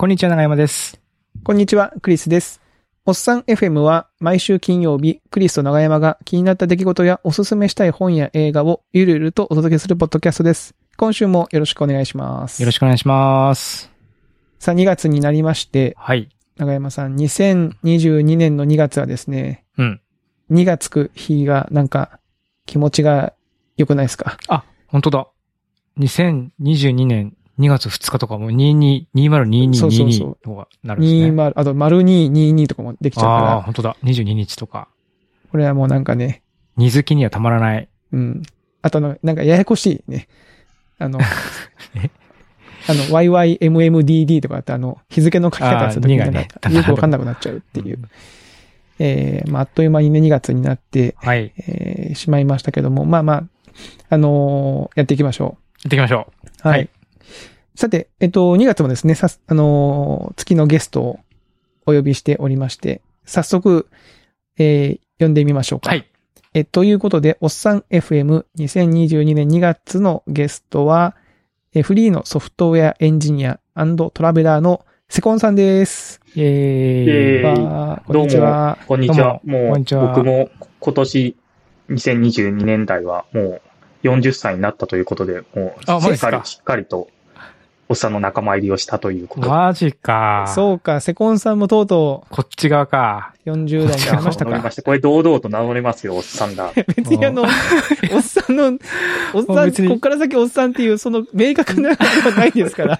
こんにちは、長山です。 こんにちは、クリスです。おっさん FM は毎週金曜日、クリスと長山が気になった出来事やおすすめしたい本や映画をゆるゆるとお届けするポッドキャストです。今週もよろしくお願いします。 よろしくお願いします。 さあ、2月になりまして、 はい。 長山さん、2022年の2月はですね、2がつく日がなんか気持ちが良くないですか？ あ、本当だ。2022年2月2日とかも2022とかなるんですね。 20、あと、0222とかもできちゃうから。 ああ、本当だ。22日とか。 これはもうなんかね。 二好きにはたまらない。 うん。あとなんかややこしいね。YYMMDD とかって日付の書き方するときになんかよくわかんなくなっちゃうっていう。あっという間にね、2月になって、 はい。 しまいましたけども、やっていきましょう。やっていきましょう。はい。さて、2月もですね、月のゲストをお呼びしておりまして、早速、呼んでみましょうか。 はい。 ということで、おっさん FM2022 年2月のゲストは、フリーのソフトウェアエンジニア&トラベラーのセコンさんです。 イェーイ。 こんにちは。 こんにちは。もう、僕も今年2022年代はもう40歳になったということで、もうしっかりとおっさんの仲間入りをしたということ。 マジか。 そうか、セコンさんもとうとう。こっち側か。 40代になりましたか。 乗りました。これ堂々と名乗れますよ、おっさんだ。 別におっさん、こっから先おっさんっていう、その明確なのはないですから。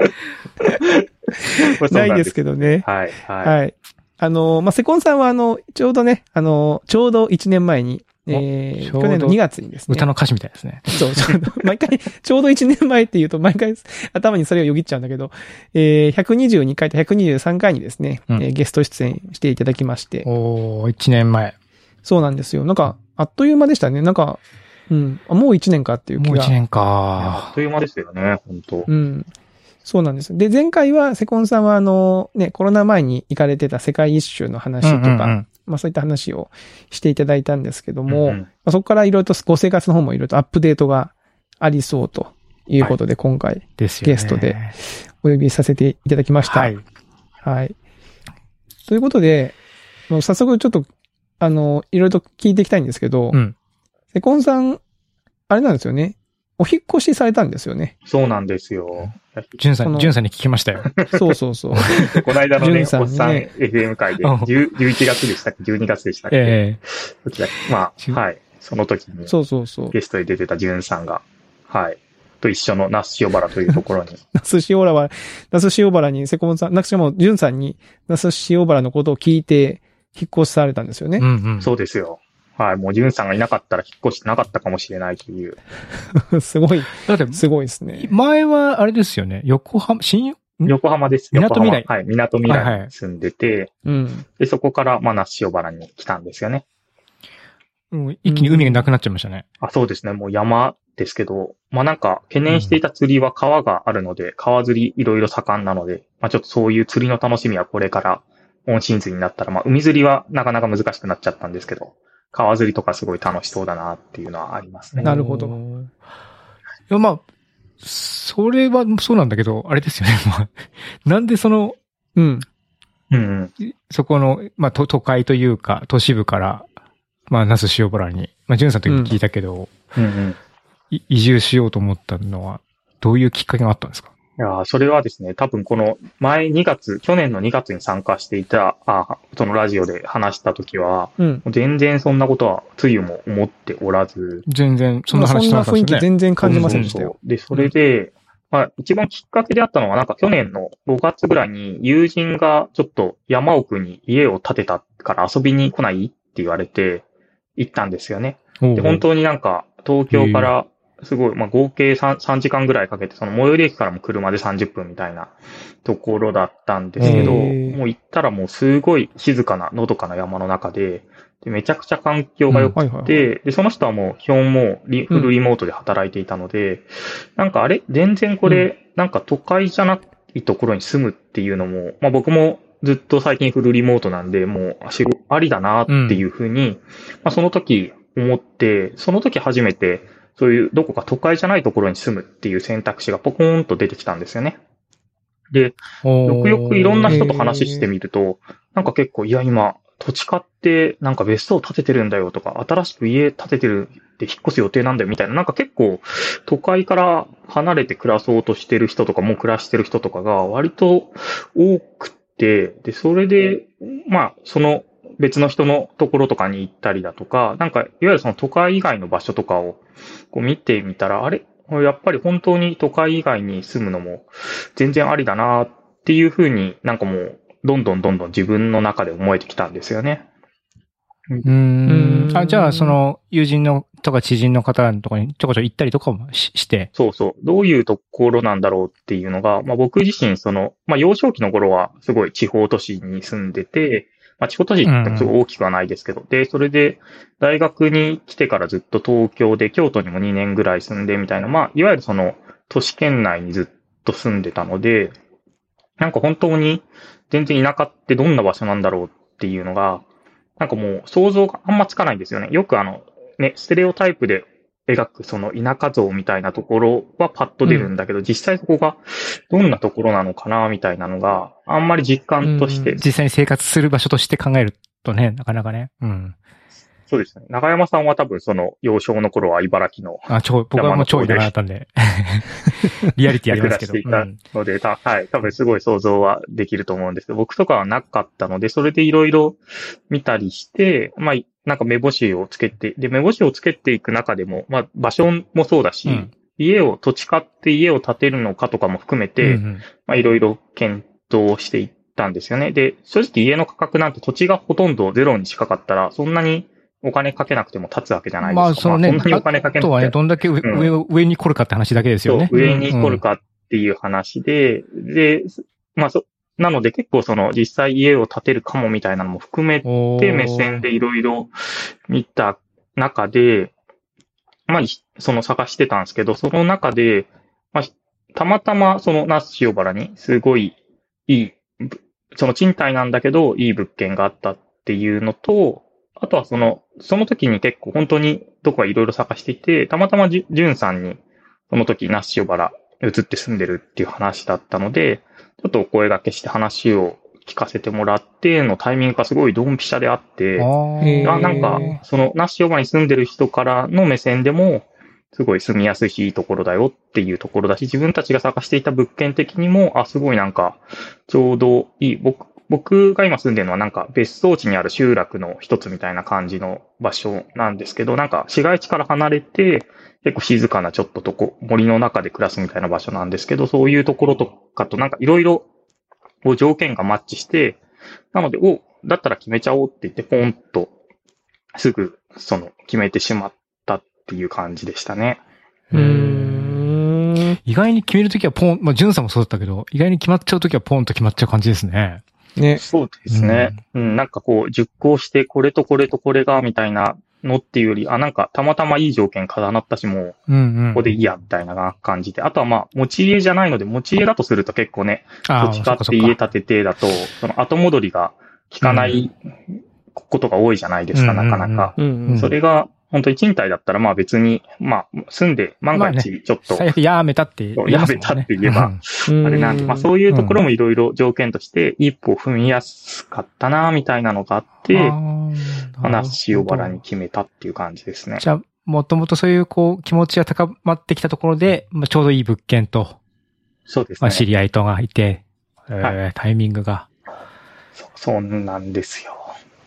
ないですけどね。 はい。 はい。セコンさんはちょうどね、ちょうど1年前に、去年の2月にですね。 歌の歌詞みたいですね。 そう、毎回、ちょうど1年前って言うと、毎回頭にそれをよぎっちゃうんだけど、122回と123回にですね、ゲスト出演していただきまして。 1年前。 そうなんですよ。なんか、あっという間でしたね。なんか、もう1年かっていう気が。 もう1年か。 あっという間ですよね、本当。 そうなんです。で、前回は、セコンさんはコロナ前に行かれてた世界一周の話とか、そういった話をしていただいたんですけども、そこからいろいろとご生活の方もいろいろとアップデートがありそうということで、今回、ゲストでお呼びさせていただきました。はい。ということで、もう早速ちょっと、いろいろと聞いていきたいんですけど、セコンさん、あれなんですよね。お引っ越しされたんですよね。 そうなんですよ。 ジュンさんに聞きましたよ。 そう。 この間のね、おっさん FM 会で、11月でしたっけ ?12 月でしたっけはい。その時に、ゲストで出てたジュンさんが、はい。と一緒の那須塩原というところに。 那須塩原にセコンさん、しかもジュンさんに那須塩原のことを聞いて、引っ越しされたんですよね。 そうですよ。はい。もう、ジュンさんがいなかったら引っ越してなかったかもしれないという。 すごい。だって、すごいですね。 前は、あれですよね。横浜です。 港未来。 はい。港未来に住んでて、で、そこから、那須塩原に来たんですよね。 一気に海がなくなっちゃいましたね。 そうですね。もう山ですけど、なんか、懸念していた釣りは川があるので、川釣りいろいろ盛んなので、ちょっとそういう釣りの楽しみはこれから、オンシーズンになったら、海釣りはなかなか難しくなっちゃったんですけど、川釣りとかすごい楽しそうだなっていうのはありますね。 なるほど。 いや、それはそうなんだけど、あれですよね。なんでそこの、都会というか、都市部から、那須塩原に、ジュンさんと聞いたけど、移住しようと思ったのは、どういうきっかけがあったんですか？ いや、それはですね、多分この去年の2月に参加していた、そのラジオで話した時は、全然そんなことはつゆも思っておらず。 全然、そんな話してなかったですね。 そんな雰囲気全然感じませんでしたよ。 で、それで、一番きっかけであったのは、なんか去年の5月ぐらいに友人がちょっと山奥に家を建てたから遊びに来ないって言われて行ったんですよね。で、本当になんか東京からすごい、合計3時間ぐらいかけて、その最寄り駅からも車で30分みたいなところだったんですけど、もう行ったらもうすごい静かな、のどかな山の中で、めちゃくちゃ環境が良くて、で、その人はもう基本もうフルリモートで働いていたので、なんか全然これ、なんか都会じゃないところに住むっていうのも、僕もずっと最近フルリモートなんで、もうありだなっていうふうに、その時思って、その時初めて、そういうどこか都会じゃないところに住むっていう選択肢がポコーンと出てきたんですよね。 で、よくよくいろんな人と話してみると、なんか結構、いや今、土地買ってなんか別荘建ててるんだよとか、新しく家建ててるって引っ越す予定なんだよみたいな、なんか結構都会から離れて暮らそうとしてる人とかも暮らしてる人とかが割と多くて、で、それで、まあ、その別の人のところとかに行ったりだとか、なんかいわゆるその都会以外の場所とかをこう見てみたら、あれやっぱり本当に都会以外に住むのも全然ありだなっていうふうになんかもうどんどん自分の中で思えてきたんですよね。 じゃあその友人のとか知人の方のところにちょこちょこ行ったりとかもして。 そうそう。どういうところなんだろうっていうのが、まあ僕自身まあ幼少期の頃はすごい地方都市に住んでて、まあ地方都市ってすごい大きくはないですけど、で、それで大学に来てからずっと東京で京都にも2年ぐらい住んでみたいな、まあいわゆるその都市圏内にずっと住んでたので、なんか本当に全然田舎ってどんな場所なんだろうっていうのが、なんかもう想像があんまつかないんですよね。よくステレオタイプで描くその田舎像みたいなところはパッと出るんだけど、実際そこがどんなところなのかなみたいなのがあんまり実感として。 実際に生活する場所として考えるとね、なかなかね。 そうですね。中山さんは多分その幼少の頃は茨城の。 僕はもう超田舎だったんで。リアリティありますけど。 していたので、はい。多分すごい想像はできると思うんですけど、僕とかはなかったので、それでいろいろ見たりして、まあ、なんか目星をつけて、で、目星をつけていく中でも、まあ、場所もそうだし、土地買って家を建てるのかとかも含めて、まあ、いろいろ検討していったんですよね。で、正直家の価格なんて土地がほとんどゼロに近かったら、そんなにお金かけなくても立つわけじゃないですか。 まあ、そのね、 そんなにお金かけなくても。 あとはね、どんだけ上に来るかって話だけですよね。 そう、上に来るかっていう話で、で、まあなので結構実際家を建てるかもみたいなのも含めて目線でいろいろ見た中で、まあ、探してたんですけど、その中で、まあ、たまたま那須塩原にすごいいい、賃貸なんだけどいい物件があったっていうのと、あとはその時に結構本当にどこかいろいろ探していて、たまたまじゅんさんにその時那須塩原移って住んでるっていう話だったので、ちょっとお声掛けして話を聞かせてもらってのタイミングがすごいドンピシャであって、なんか那須塩原に住んでる人からの目線でも、すごい住みやすいしいいところだよっていうところだし、自分たちが探していた物件的にも、すごいなんか、ちょうどいい。僕が今住んでるのはなんか別荘地にある集落の一つみたいな感じの場所なんですけど、なんか市街地から離れて、結構静かなちょっと森の中で暮らすみたいな場所なんですけど、そういうところとかとなんかいろいろ条件がマッチして、なので、だったら決めちゃおうって言って、ポンとすぐ決めてしまったっていう感じでしたね。 意外に決めるときはポン、まあ、ジュンさんもそうだったけど、意外に決まっちゃうときはポンと決まっちゃう感じですね。 ね。 そうですね。なんか熟考して、これとこれとこれが、みたいなのっていうより、なんかたまたまいい条件重なったし、もう、ここでいいや、みたいな感じで。あとはまあ、持ち家じゃないので、持ち家だとすると結構ね、土地買って家建ててだと、後戻りが効かないことが多いじゃないですか、なかなか。それが、本当に賃貸だったらまあ別に、まあ住んで万が一ちょっと、 最悪やめたって言えば、あれなんで、まあそういうところもいろいろ条件として一歩踏みやすかったな、みたいなのがあって、那須塩原に決めたっていう感じですね。 じゃあ、もともとそういう気持ちが高まってきたところで、まあちょうどいい物件と、 そうですね。 まあ知り合いとがいて、タイミングが。 そうなんですよ。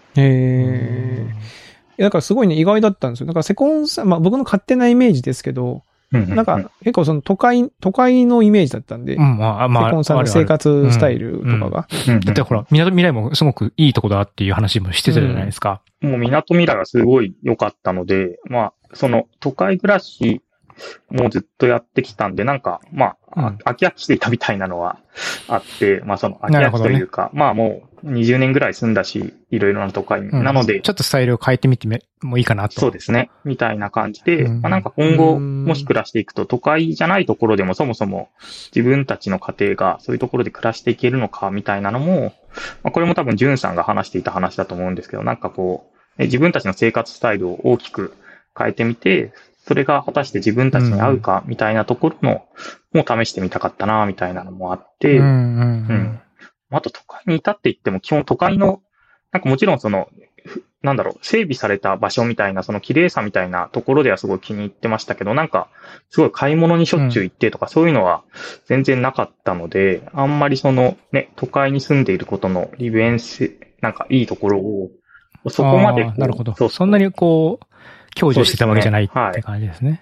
だからすごいね、意外だったんですよ。なんかセコンさん、まあ僕の勝手なイメージですけど、なんか結構都会のイメージだったんで、セコンさんの生活スタイルとかが。 だってほら、港未来もすごくいいとこだっていう話もしてたじゃないですか。 もう港未来はすごい良かったので、まあ、都会暮らしもうずっとやってきたんで、なんか、まあ、飽き飽きしていたみたいなのはあって、まあ飽き飽きというか、まあもう20年ぐらい住んだし、いろいろな都会に。なので、 ちょっとスタイルを変えてみてもいいかなと。 そうですね。みたいな感じで、まあなんか今後、もし暮らしていくと、都会じゃないところでもそもそも自分たちの家庭がそういうところで暮らしていけるのか、みたいなのも、まあこれも多分ジュンさんが話していた話だと思うんですけど、なんか自分たちの生活スタイルを大きく変えてみて、 それが果たして自分たちに合うかみたいなところの、もう試してみたかったな、みたいなのもあって、あと都会に至って言っても基本都会の、なんかもちろんその、整備された場所みたいな、その綺麗さみたいなところではすごい気に入ってましたけど、なんか、すごい買い物にしょっちゅう行ってとか、そういうのは全然なかったので、あんまりそのね、都会に住んでいることの利便性、なんかいいところを、そこまでなるほど。そんなにこう、享受してたわけじゃないって感じですね。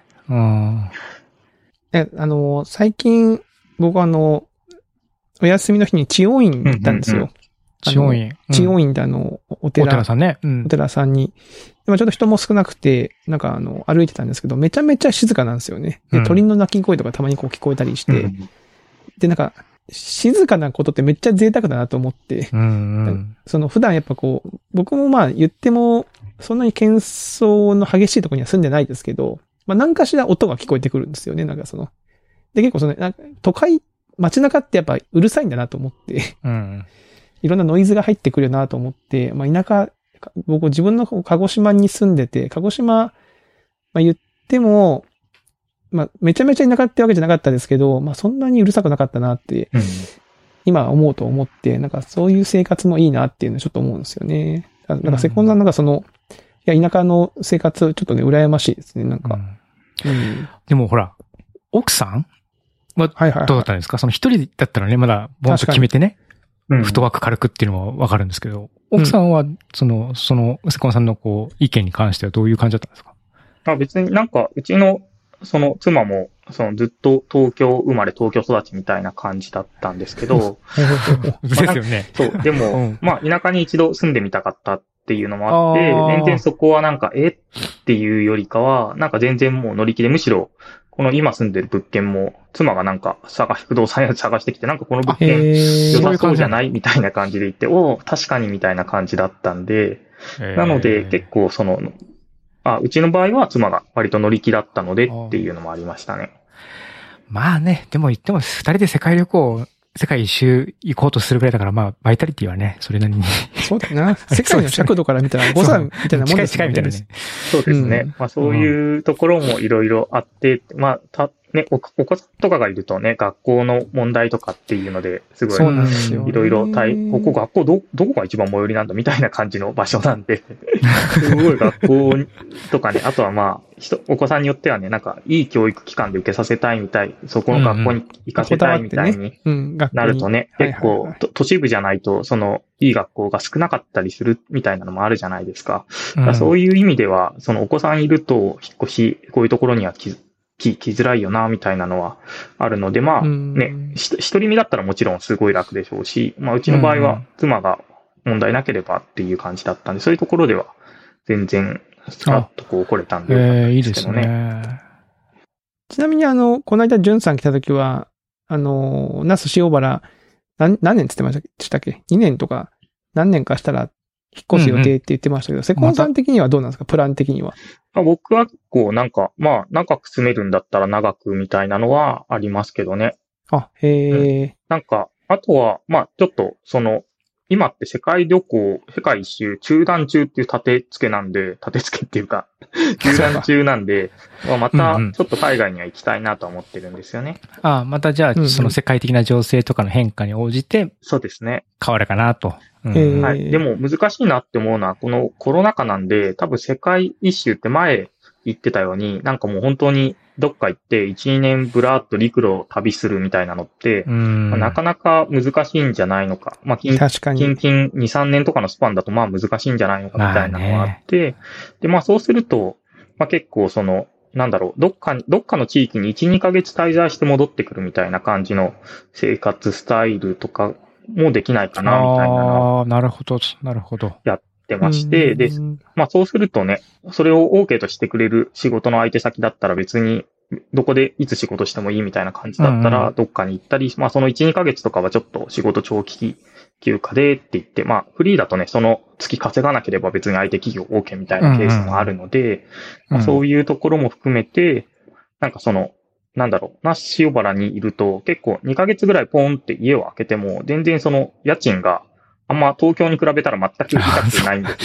最近、僕お休みの日に知恩院に行ったんですよ。 知恩院。 知恩院でお寺さんね。 お寺さんに。今ちょっと人も少なくて、なんか歩いてたんですけど、めちゃめちゃ静かなんですよね。で、鳥の鳴き声とかたまにこう聞こえたりして。で、なんか、静かなことってめっちゃ贅沢だなと思って。その普段やっぱこう、僕もまあ言っても、そんなに喧騒の激しいところには住んでないですけど、まあ何かしら音が聞こえてくるんですよね。なんかで、結構なんか都会、街中ってやっぱうるさいんだなと思って。いろんなノイズが入ってくるなと思って、まあ田舎、僕自分の鹿児島に住んでて、鹿児島、まあ言っても、まあめちゃめちゃ田舎ってわけじゃなかったですけど、まあそんなにうるさくなかったなって、今思うと思って、なんかそういう生活もいいなっていうのをちょっと思うんですよね。なんかセコンさんなんかいや田舎の生活ちょっとね、羨ましいですね、なんか。 でもほら、奥さんはどうだったんですか？その一人だったらね、まだボンと決めてね。フットワーク軽くっていうのもわかるんですけど、奥さんは、セコンさんのこう、意見に関してはどういう感じだったんですか？ 別になんか、うちの、妻も、ずっと東京生まれ東京育ちみたいな感じだったんですけど。 ですよね。 そう、でも、まあ、田舎に一度住んでみたかったっていうのもあって、全然そこはなんか、っていうよりかは、なんか全然もう乗り気で、むしろ、この今住んでる物件も、妻がなんか不動産屋で探してきて、なんかこの物件良さそうじゃないみたいな感じで言って、確かにみたいな感じだったんで、なので結構うちの場合は妻が割と乗り気だったのでっていうのもありましたね。 まあね、でも言っても二人で世界一周行こうとするぐらいだから、まあ、バイタリティはね、それなりに。 そうだな。世界の尺度から見たら、誤差みたいなもんですね。 近いみたいなね。 そうですね。まあ、そういうところもいろいろあって、まあ、お子さんとかがいるとね、学校の問題とかっていうので、すごい、いろいろここ学校どこが一番最寄りなんだみたいな感じの場所なんで、すごい学校とかね、あとはまあ、お子さんによってはね、なんか、いい教育機関で受けさせたいみたい、そこの学校に行かせたいみたいになるとね、結構、都市部じゃないと、いい学校が少なかったりするみたいなのもあるじゃないですか。そういう意味では、お子さんいると、引っ越し、こういうところには来づらいよな、みたいなのはあるので、まあ、ね、一人身だったらもちろんすごい楽でしょうし、まあ、うちの場合は、妻が問題なければっていう感じだったんで、そういうところでは、全然、スラッとこう来れたんで、 いいですね。 ちなみにこの間、ジュンさん来た時は、那須塩原、何年って言ってましたっけ ?2 年とか、何年かしたら、引っ越す予定って言ってましたけど、セコンさん的にはどうなんですか？プラン的には。 僕はこう、なんか、まあ、長く住めるんだったら長くみたいなのはありますけどね。なんか、あとは、まあ、ちょっと、今って世界一周中断中っていう立て付けっていうか、中断中なんで、またちょっと海外には行きたいなと思ってるんですよね。 またじゃあ、その世界的な情勢とかの変化に応じて、 そうですね。 変わるかなと。 はい。でも難しいなって思うのは、このコロナ禍なんで、多分世界一周って前言ってたように、なんかもう本当にどっか行って1、2年ブラーっと陸路旅するみたいなのって、なかなか難しいんじゃないのか。まあ、 確かに 2、3年とかのスパンだとまあ難しいんじゃないのかみたいなのがあって、で、まあそうすると、まあ結構どっかの地域に1、2ヶ月滞在して戻ってくるみたいな感じの生活スタイルとかもできないかな、みたいなのを。 なるほど、なるほど。 やってまして、で、まあそうするとね、それを OK としてくれる仕事の相手先だったら別に、どこでいつ仕事してもいいみたいな感じだったら、どっかに行ったり、まあその1、2ヶ月とかはちょっと仕事長期休暇でって言って、まあフリーだとね、その月稼がなければ別に相手企業 OK みたいなケースもあるので、まあ、そういうところも含めて、なんか那須塩原にいると結構2ヶ月ぐらいポーンって家を開けても、全然家賃があんま東京に比べたら全く高くないんですよね。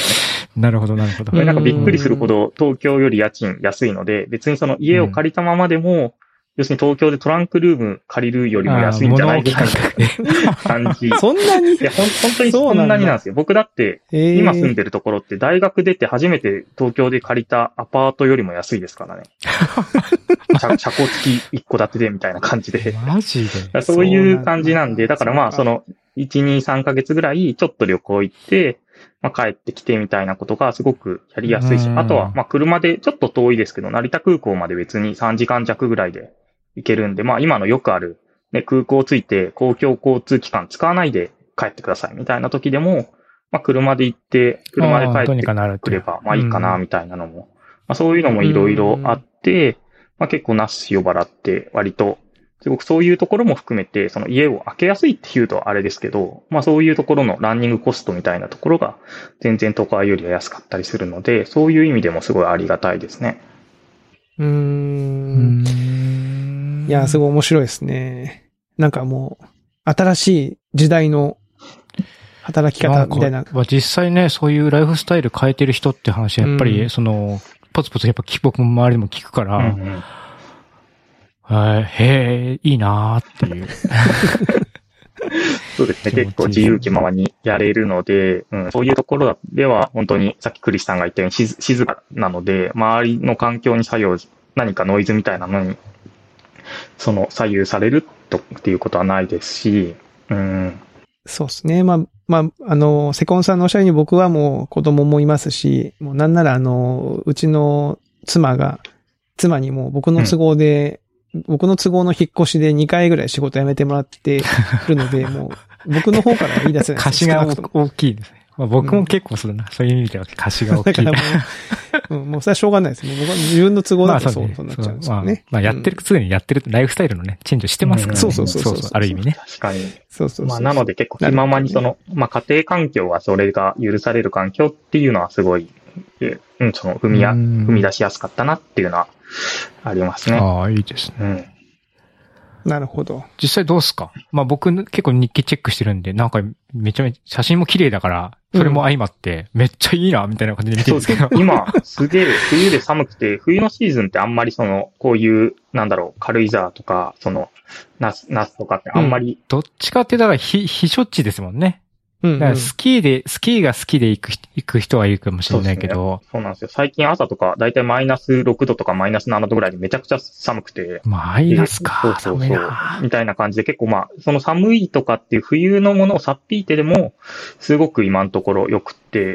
なるほど、なるほど。 なんかびっくりするほど東京より家賃安いので、別にその家を借りたままでも、要するに東京でトランクルーム借りるよりも安いんじゃないかな感じ。 そんなにいや、本当にそんなになんですよ。僕だって、今住んでるところって大学出て初めて東京で借りたアパートよりも安いですからね。車庫付き一戸建てでみたいな感じで。 マジでそういう感じなんで、だからまあその、1、2、3ヶ月ぐらいちょっと旅行行って、まあ帰ってきてみたいなことがすごくやりやすいし、あとはまあ車でちょっと遠いですけど、成田空港まで別に3時間弱ぐらいで行けるんで、まあ今のよくある、ね、空港着いて公共交通機関使わないで帰ってくださいみたいな時でも、まあ車で行って、車で帰ってくればまあいいかなみたいなのも、まあそういうのもいろいろあって、まあ結構那須塩原って割と、すごくそういうところも含めて、その家を開けやすいっていうとあれですけど、まあそういうところのランニングコストみたいなところが全然都会よりは安かったりするので、そういう意味でもすごいありがたいですね。 いや、すごい面白いですね。なんかもう、新しい時代の働き方みたいな。 実際ね、そういうライフスタイル変えてる人って話、やっぱり、その、ポツポツやっぱ僕も周りでも聞くから、へえ、いいなーっていう。 そうですね。結構自由気ままにやれるので、そういうところでは本当にさっきクリスさんが言ったように静かなので、周りの環境に何かノイズみたいなのに、その左右されるっていうことはないですし、 そうですね。まあ、セコンさんのおっしゃるように僕はもう子供もいますし、もうなんならうちの妻にもう僕の都合の引っ越しで2回ぐらい仕事辞めてもらってるので、もう僕の方から言い出せないです。 貸しが大きいですね。まあ、僕も結構そういう意味では貸しが大きい。 だからもうそれはしょうがないですね。僕は自分の都合だとそうなっちゃうんですよね。 まあ常にやってるライフスタイルのね、チェンジしてますからね。 そう。 ある意味ね。 確かに。 そう。 まあなので結構気ままにまあ家庭環境はそれが許される環境っていうのはすごい、その踏み出しやすかったなっていうのはありますね。 ああ、いいですね。 なるほど。 実際どうすか？まあ僕結構日記チェックしてるんで、なんかめちゃめちゃ写真も綺麗だから、それも相まってめっちゃいいな、みたいな感じで見てるんですけど。 今、すげえ冬で寒くて、冬のシーズンってあんまりこういう、軽井沢とか、夏とかってあんまり。 どっちかってだから避暑地ですもんね。だからスキーが好きで行く人はいるかもしれないけど。 そうなんですよ。最近朝とかだいたいマイナス6度とかマイナス7度ぐらいでめちゃくちゃ寒くて。 マイナスか。 そう。みたいな感じで結構まあ、その寒いとかっていう冬のものをさっぴいてでも、すごく今のところ良くって、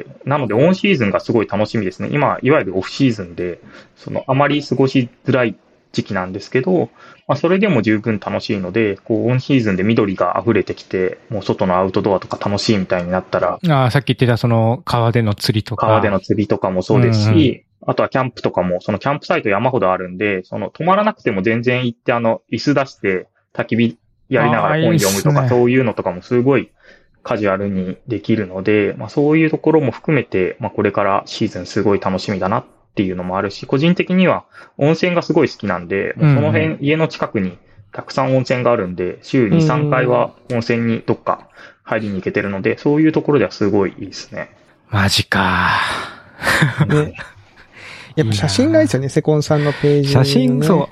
なのでオンシーズンがすごい楽しみですね。今、いわゆるオフシーズンで、あまり過ごしづらい時期なんですけど、まあそれでも十分楽しいので、オンシーズンで緑が溢れてきて、もう外のアウトドアとか楽しいみたいになったら。 さっき言ってた川での釣りとか。 川での釣りとかもそうですし、あとはキャンプとかも、キャンプサイト山ほどあるんで、泊まらなくても全然行って椅子出して焚き火やりながら本読むとか、そういうのとかもすごいカジュアルにできるので、まあそういうところも含めて、まあこれからシーズンすごい楽しみだなっていうのもあるし、個人的には温泉がすごい好きなんで、もうその辺、家の近くにたくさん温泉があるんで、週2、3回は温泉にどっか入りに行けてるので、そういうところではすごいいいですね。 マジか。 ね、やっぱ写真がいいですよね、セコンさんのページ、ね。 写真、そう、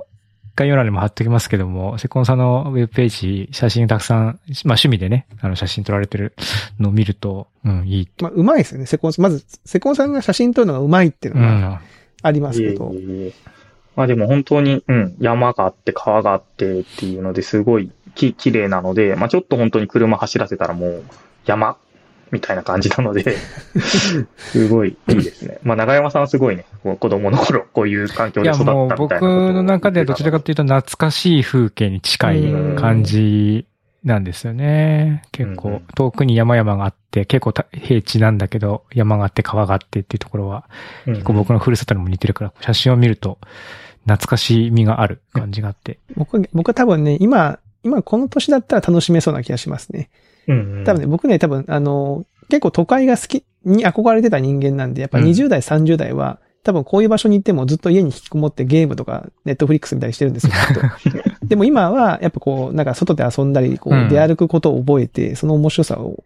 概要欄にも貼っておきますけども、セコンさんのウェブページ、写真たくさん、まあ趣味でね、写真撮られてるのを見ると、いい。 まあ、うまいですよね、セコンさん。まず、セコンさんが写真撮るのがうまいっていうのがありますけど。 まあでも本当に、山があって川があってっていうのですごい綺麗なので、まあちょっと本当に車走らせたらもう山みたいな感じなので、すごいいいですね。まあ長山さんはすごいね、子供の頃こういう環境で育ったみたいなことを。いやもう僕の中ではどちらかというと懐かしい風景に近い感じなんですよね。結構遠くに山々があって、結構平地なんだけど山があって川があってっていうところは、結構僕のふるさとにも似てるから、写真を見ると懐かしみがある感じがあって。 僕は多分ね、今この年だったら楽しめそうな気がしますね。多分ね、僕ね、結構都会が好きに憧れてた人間なんで、やっぱ20代、30代は、多分こういう場所に行ってもずっと家に引きこもってゲームとかネットフリックス見たりしてるんですよ、でも今は、やっぱ外で遊んだり、出歩くことを覚えて、その面白さを、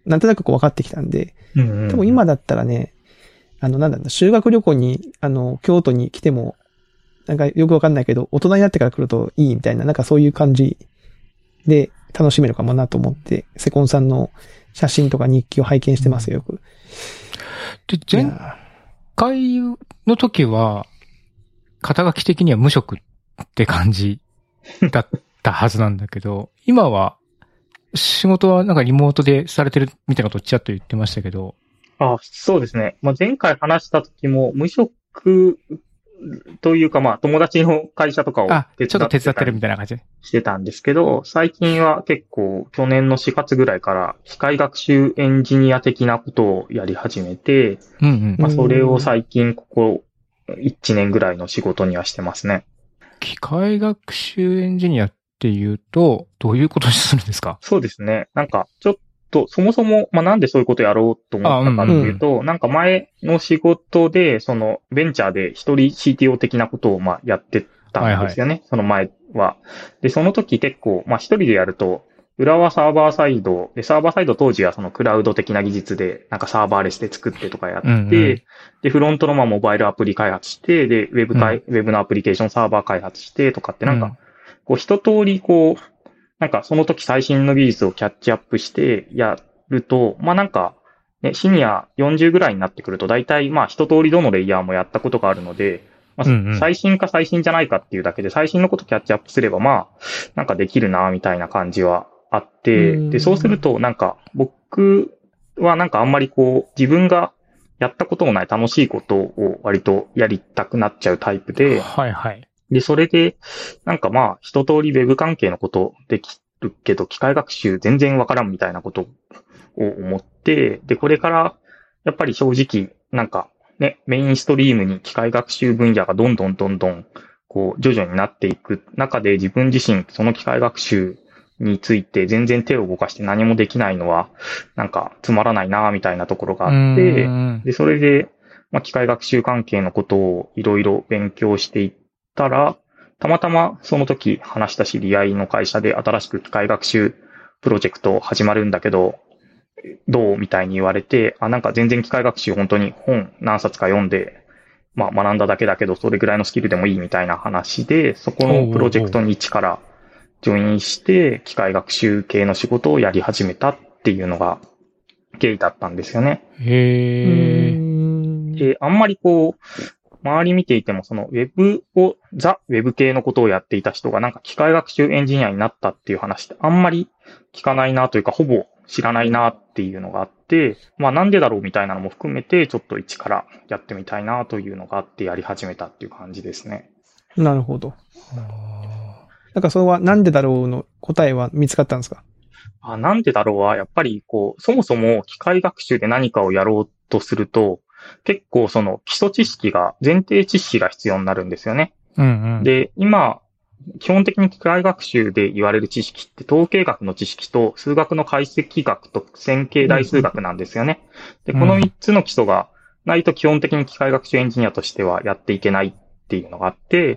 なんとなくこう分かってきたんで、 うんうん、 多分今だったらね、なんだろう、修学旅行に、京都に来ても、なんかよくわかんないけど、大人になってから来るといいみたいな、なんかそういう感じで楽しめるかもなと思って、セコンさんの写真とか日記を拝見してますよ、よく。 で、前回の時は、肩書き的には無職って感じだったはずなんだけど、今は、仕事はなんかリモートでされてるみたいなことをちらっと言ってましたけど。 あ、そうですね。まあ、前回話した時も無職というかまあ友達の会社とかをちょっと手伝ってるみたいな感じしてたんですけど、最近は結構去年の4月ぐらいから機械学習エンジニア的なことをやり始めて、まあ、それを最近ここ1年ぐらいの仕事にはしてますね。 機械学習エンジニアっていうと、どういうことにするんですか？ そうですね。なんか、ちょっと、そもそも、まあ、なんでそういうことやろうと思ったかっていうと、なんか前の仕事で、その、ベンチャーで一人 CTO 的なことを、まあ、やってたんですよね。はいはい、その前は。で、その時結構、まあ、一人でやると、裏はサーバーサイド、で、サーバーサイド当時はそのクラウド的な技術で、なんかサーバーレスで作ってとかやって、で、フロントのまあモバイルアプリ開発して、で、ウェブのアプリケーションサーバー開発してとかってなんか、こう一通りこう、なんかその時最新の技術をキャッチアップしてやると、まあなんか、ね、シニア40ぐらいになってくると大体まあ一通りどのレイヤーもやったことがあるので、まあ、最新か最新じゃないかっていうだけで最新のことキャッチアップすればまあ、なんかできるなみたいな感じはあって、で、そうするとなんか僕はなんかあんまりこう自分がやったこともない楽しいことを割とやりたくなっちゃうタイプで、 はいはい。 で、それで、なんかまあ、一通りウェブ関係のことできるけど、機械学習全然わからんみたいなことを思って、で、これから、やっぱり正直、なんか、ね、メインストリームに機械学習分野がどんどん、こう、徐々になっていく中で自分自身、その機械学習について全然手を動かして何もできないのは、なんかつまらないなみたいなところがあって、で、それで、まあ、機械学習関係のことをいろいろ勉強していったら、たまたまその時話した知り合いの会社で新しく機械学習プロジェクト始まるんだけど、どうみたいに言われて、なんか全然機械学習本当に本何冊か読んで、まあ学んだだけだけど、それぐらいのスキルでもいいみたいな話で、そこのプロジェクトに一からジョインして、機械学習系の仕事をやり始めたっていうのが経緯だったんですよね。 へー。 で、あんまりこう、周り見ていても、そのウェブを、ザ・ウェブ系のことをやっていた人がなんか機械学習エンジニアになったっていう話ってあんまり聞かないなというか、ほぼ知らないなっていうのがあって、まあなんでだろうみたいなのも含めて、ちょっと一からやってみたいなというのがあってやり始めたっていう感じですね。 なるほど。なんかそれはなんでだろうの答えは見つかったんですか？ なんでだろうは、やっぱりこう、そもそも機械学習で何かをやろうとすると、結構その基礎知識が、前提知識が必要になるんですよね。で、今、基本的に機械学習で言われる知識って統計学の知識と数学の解析学と線形代数学なんですよね。で、この3つの基礎がないと基本的に機械学習エンジニアとしてはやっていけないっていうのがあって、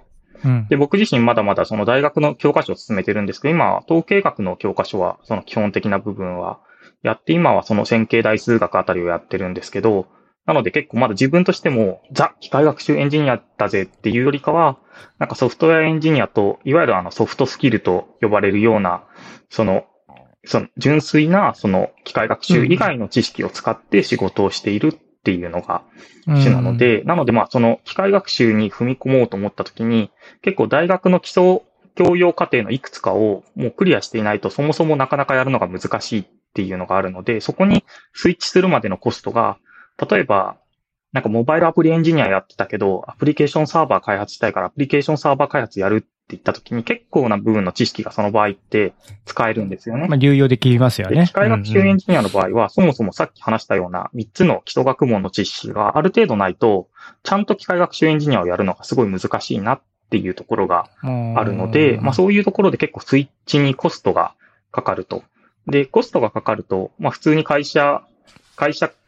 で、僕自身まだまだその大学の教科書を進めてるんですけど、今は統計学の教科書はその基本的な部分はやって、今はその線形代数学あたりをやってるんですけど、なので結構まだ自分としてもザ・機械学習エンジニアだぜっていうよりかは、なんかソフトウェアエンジニアと、いわゆるソフトスキルと呼ばれるような、その純粋なその機械学習以外の知識を使って仕事をしているっていうのが主なので、なのでまあその機械学習に踏み込もうと思った時に、結構大学の基礎教養課程のいくつかをもうクリアしていないとそもそもなかなかやるのが難しいっていうのがあるので、そこにスイッチするまでのコストが、例えば、なんかモバイルアプリエンジニアやってたけど、アプリケーションサーバー開発したいからアプリケーションサーバー開発やるって言った時に結構な部分の知識がその場合って使えるんですよね。 まあ、流用できますよね。 機械学習エンジニアの場合は、そもそもさっき話したような3つの基礎学問の知識がある程度ないと、ちゃんと機械学習エンジニアをやるのがすごい難しいなっていうところがあるので、まあそういうところで結構スイッチにコストがかかると。で、コストがかかると、まあ普通に会社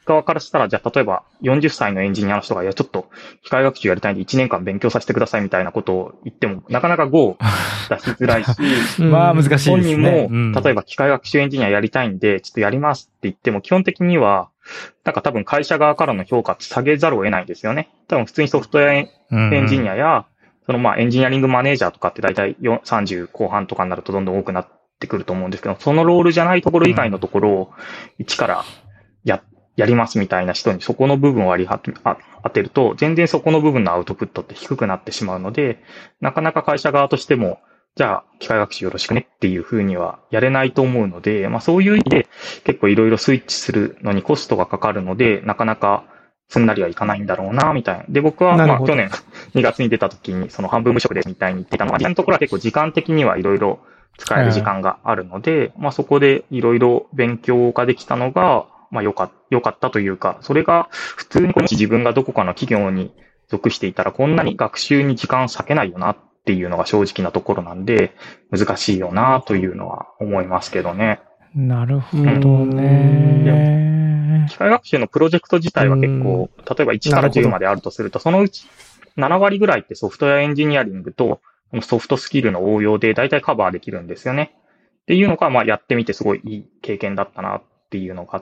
側からしたら、じゃあ例えば40歳のエンジニアの人が、いやちょっと機械学習やりたいんで1年間勉強させてくださいみたいなことを言っても、なかなか Go 出しづらいし、 まあ難しいですね。 本人も、例えば機械学習エンジニアやりたいんで、ちょっとやりますって言っても、基本的には、なんか多分会社側からの評価って下げざるを得ないんですよね。多分普通にソフトウェアエンジニアや、そのまあエンジニアリングマネージャーとかって大体30後半とかになるとどんどん多くなってくると思うんですけど、そのロールじゃないところ以外のところを一からやりますみたいな人にそこの部分を当てると、全然そこの部分のアウトプットって低くなってしまうので、なかなか会社側としても、じゃあ機械学習よろしくねっていう風にはやれないと思うので、まあそういう意味で結構いろいろスイッチするのにコストがかかるので、なかなかすんなりはいかないんだろうな、みたいな。で、僕はまあ去年2月に出た時にその半分無職でみたいに言ってたのは、実際のところは結構時間的にはいろいろ使える時間があるので、まあそこでいろいろ勉強ができたのが、まあ良かったというか、それが普通にもし自分がどこかの企業に属していたらこんなに学習に時間割けないよなっていうのが正直なところなんで、難しいよなというのは思いますけどね。 なるほどね。 機械学習のプロジェクト自体は結構、例えば1から10まであるとすると、そのうち7割ぐらいってソフトウェアエンジニアリングとソフトスキルの応用で大体カバーできるんですよね。っていうのが、まあやってみてすごいいい経験だったなっていうのがあって、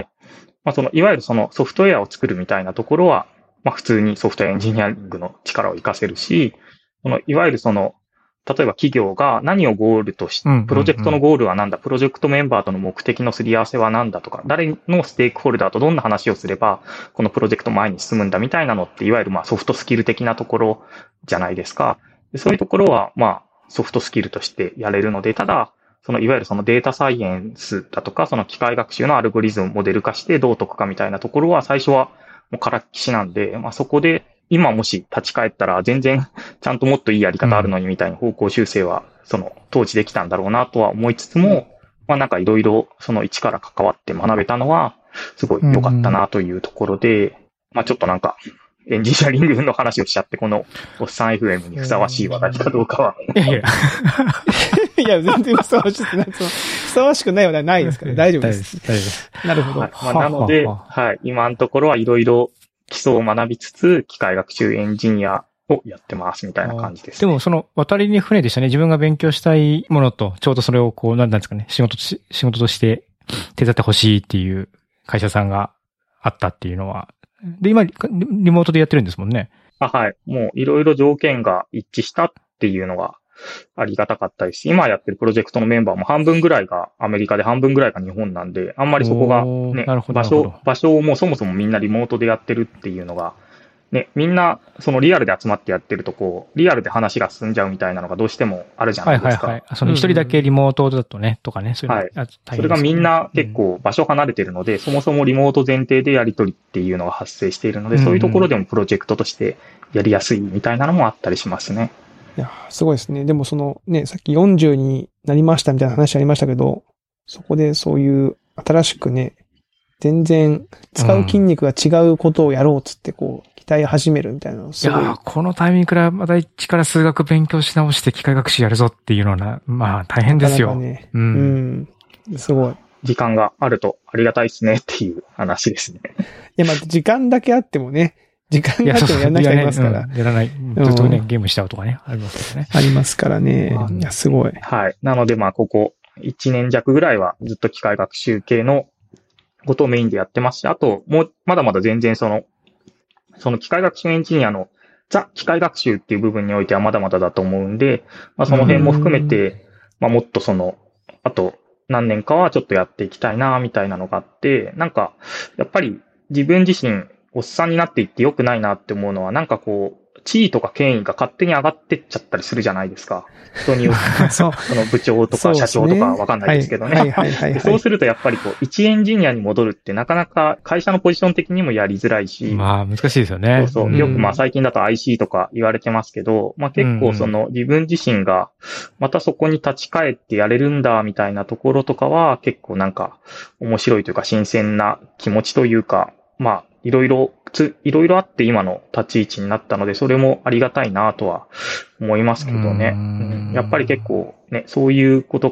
まあいわゆるそのソフトウェアを作るみたいなところは、まあ普通にソフトウェアエンジニアリングの力を活かせるし、いわゆる例えば企業が何をゴールとして、プロジェクトのゴールは何だ、プロジェクトメンバーとの目的のすり合わせは何だとか、誰のステークホルダーとどんな話をすれば、このプロジェクト前に進むんだみたいなのって、いわゆるまあソフトスキル的なところじゃないですか。そういうところはまあソフトスキルとしてやれるので、ただ、いわゆるデータサイエンスだとか、機械学習のアルゴリズムをモデル化してどう解くかみたいなところは最初はもうからっきしなんで、まあそこで、今もし立ち返ったら全然ちゃんともっといいやり方あるのにみたいな方向修正は当時できたんだろうなとは思いつつも、まあなんかいろいろ一から関わって学べたのはすごい良かったなというところで、まあちょっとなんかエンジニアリングの話をしちゃってこのおっさん FM にふさわしい話題かどうかは。 いやいや。 いや、全然ふさわしくない。ふさわしくない話題ないですから大丈夫です。 大丈夫です。 なるほど。 はいまあ、なので、はい、今のところはいろいろ基礎を学びつつ、機械学習エンジニアをやってますみたいな感じです、 ね。でも渡りに船でしたね。自分が勉強したいものと、ちょうどそれをなんですかね、仕事として手伝ってほしいっていう会社さんがあったっていうのは。で、今、リモートでやってるんですもんね。 はい。もういろいろ条件が一致したっていうのがありがたかったですし、今やってるプロジェクトのメンバーも半分ぐらいがアメリカで半分ぐらいが日本なんで、あんまりそこがね、場所をもうそもそもみんなリモートでやってるっていうのが、ね、みんなリアルで集まってやってるとリアルで話が進んじゃうみたいなのがどうしてもあるじゃないですか。 はいはいはい。一人だけリモートだとね、とかね、 そういうの、はい。それがみんな結構場所離れてるので、そもそもリモート前提でやり取りっていうのが発生しているので、そういうところでもプロジェクトとしてやりやすいみたいなのもあったりしますね。 いや、すごいですね。でもね、さっき40になりましたみたいな話ありましたけど、そこでそういう新しくね、全然使う筋肉が違うことをやろうっつって鍛え始めるみたいなのすごい。 いや、このタイミングからまた一から数学勉強し直して機械学習やるぞっていうのはまあ大変ですよ。 ね、すごい。 時間があるとありがたいですねっていう話ですね。 いや、まあ時間だけあってもね、時間があってもやんなきゃいけますから。 やらない。ずっとね、ゲームしちゃうとかね、ありますからね。 ありますからね。いや、すごい。 はい。なのでまあここ1年弱ぐらいはずっと機械学習系のことをメインでやってますし、あと、まだまだ全然その機械学習エンジニアの機械学習っていう部分においてはまだまだだと思うんで、まあその辺も含めて、まあもっとあと何年かはちょっとやっていきたいな、みたいなのがあって、なんか、やっぱり自分自身、おっさんになっていって良くないなって思うのは、なんか地位とか権威が勝手に上がってっちゃったりするじゃないですか。人によって。その部長とか社長とかわかんないですけどね。そうするとやっぱり一エンジニアに戻るってなかなか会社のポジション的にもやりづらいし。 まあ難しいですよね。 そう。よくまあ最近だと IC とか言われてますけど、まあ結構自分自身がまたそこに立ち返ってやれるんだみたいなところとかは結構なんか面白いというか新鮮な気持ちというか、まあいろいろあって今の立ち位置になったので、それもありがたいなとは思いますけどね。やっぱり結構ね、そういうことが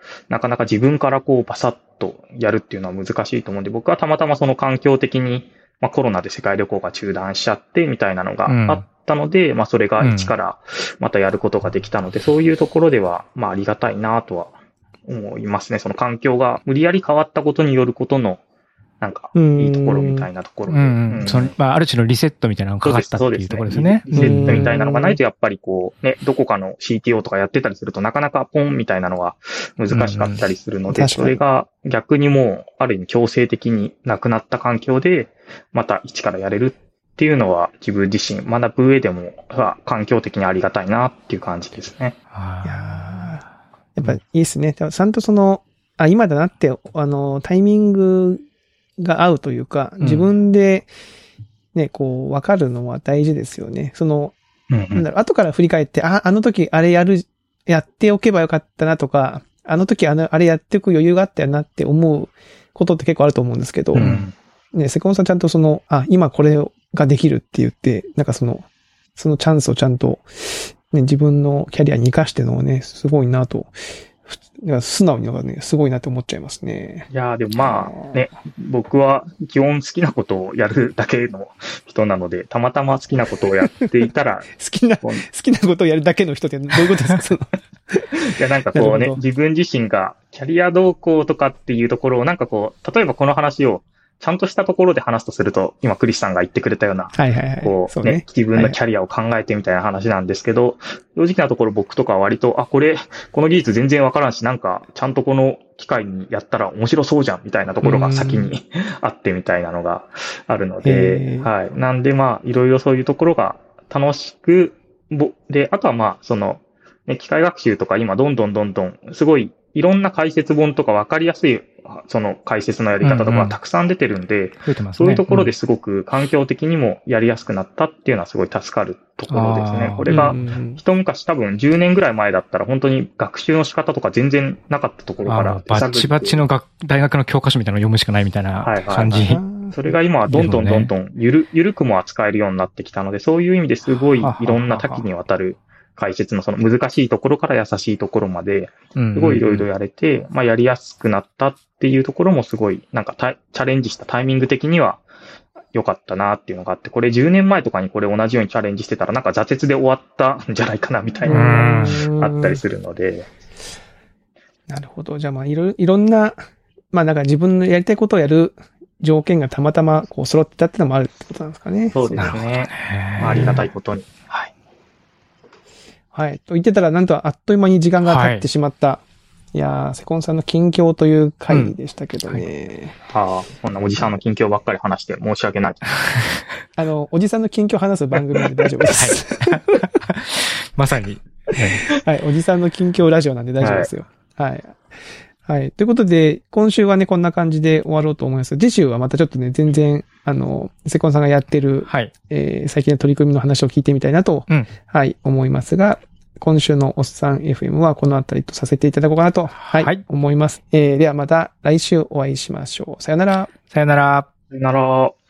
なかなか自分からこうバサッとやるっていうのは難しいと思うんで、僕はたまたまその環境的に、まあコロナで世界旅行が中断しちゃってみたいなのがあったので、まあそれが一からまたやることができたので、そういうところでは、まあありがたいなとは思いますね。その環境が無理やり変わったことによることの、なんか、いいところみたいなところで。 まあ、ある種のリセットみたいなのがかかったっていうところですね。 リセットみたいなのがないと、やっぱりこう、ね、どこかの CTO とかやってたりすると、なかなかポンみたいなのが難しかったりするので、それが逆にもう、ある意味強制的になくなった環境で、また一からやれるっていうのは、自分自身学ぶ上でも、環境的にありがたいなっていう感じですね。 やっぱいいですね。ちゃんとその、今だなって、タイミングが合うというか、自分で、ね、こう、わかるのは大事ですよね。その、なんだろう、後から振り返って、あの時あれやっておけばよかったなとか、あの時あれやっておく余裕があったよなって思うことって結構あると思うんですけど、ね、セコンさんちゃんとその、今これができるって言って、なんかそのチャンスをちゃんと、ね、自分のキャリアに活かしてのをね、すごいなと、素直になんかね、すごいなって思っちゃいますね。 いやーでもまあね、僕は基本好きなことをやるだけの人なので、たまたま好きなことをやっていたら、 好きなことをやるだけの人ってどういうことですかいやなんかこうね、自分自身がキャリア動向とかっていうところをなんかこう、例えばこの話をちゃんとしたところで話すとすると、今クリスさんが言ってくれたような、こうね、自分のキャリアを考えてみたいな話なんですけど、正直なところ僕とかは割と、この技術全然わからんし、なんか、ちゃんとこの機会にやったら面白そうじゃんみたいなところが先にあってみたいなのがあるので、はい。なんでまあ、いろいろそういうところが楽しく、で、あとはまあ、その、ね、機械学習とか今どんどん、すごいいろんな解説本とかわかりやすい、その解説のやり方とかがたくさん出てるんで、そういうところですごく環境的にもやりやすくなったっていうのはすごい助かるところですね。これが、一昔多分10年ぐらい前だったら本当に学習の仕方とか全然なかったところから。 バッチバチの大学の教科書みたいなのを読むしかないみたいな感じ。 それが今はどんどんゆるくも扱えるようになってきたので、そういう意味ですごいいろんな多岐にわたる解説のその難しいところから優しいところまで、すごいいろいろやれて、まあやりやすくなったっていうところもすごい、なんかチャレンジしたタイミング的には良かったなっていうのがあって、これ10年前とかにこれ同じようにチャレンジしてたらなんか挫折で終わったんじゃないかなみたいなのがあったりするので。 なるほど。じゃあまあいろんな、まあなんか自分のやりたいことをやる条件がたまたまこう揃ってたってのもあるってことなんですかね。 そうですね。まあ、ありがたいことに。はい。 はい。と言ってたら、なんとあっという間に時間が経ってしまった。いやー、セコンさんの近況という回でしたけどね。 こんなおじさんの近況ばっかり話して申し訳ない。 おじさんの近況話す番組なんで大丈夫です。 まさに。 はい。おじさんの近況ラジオなんで大丈夫ですよ。はい。はい。ということで、今週はね、こんな感じで終わろうと思います。次週はまたちょっとね、全然、セコンさんがやってる、最近の取り組みの話を聞いてみたいなと、はい、思いますが、今週のおっさん FM はこのあたりとさせていただこうかなと、思います。ではまた来週お会いしましょう。さよなら。 さよなら。 さよなら。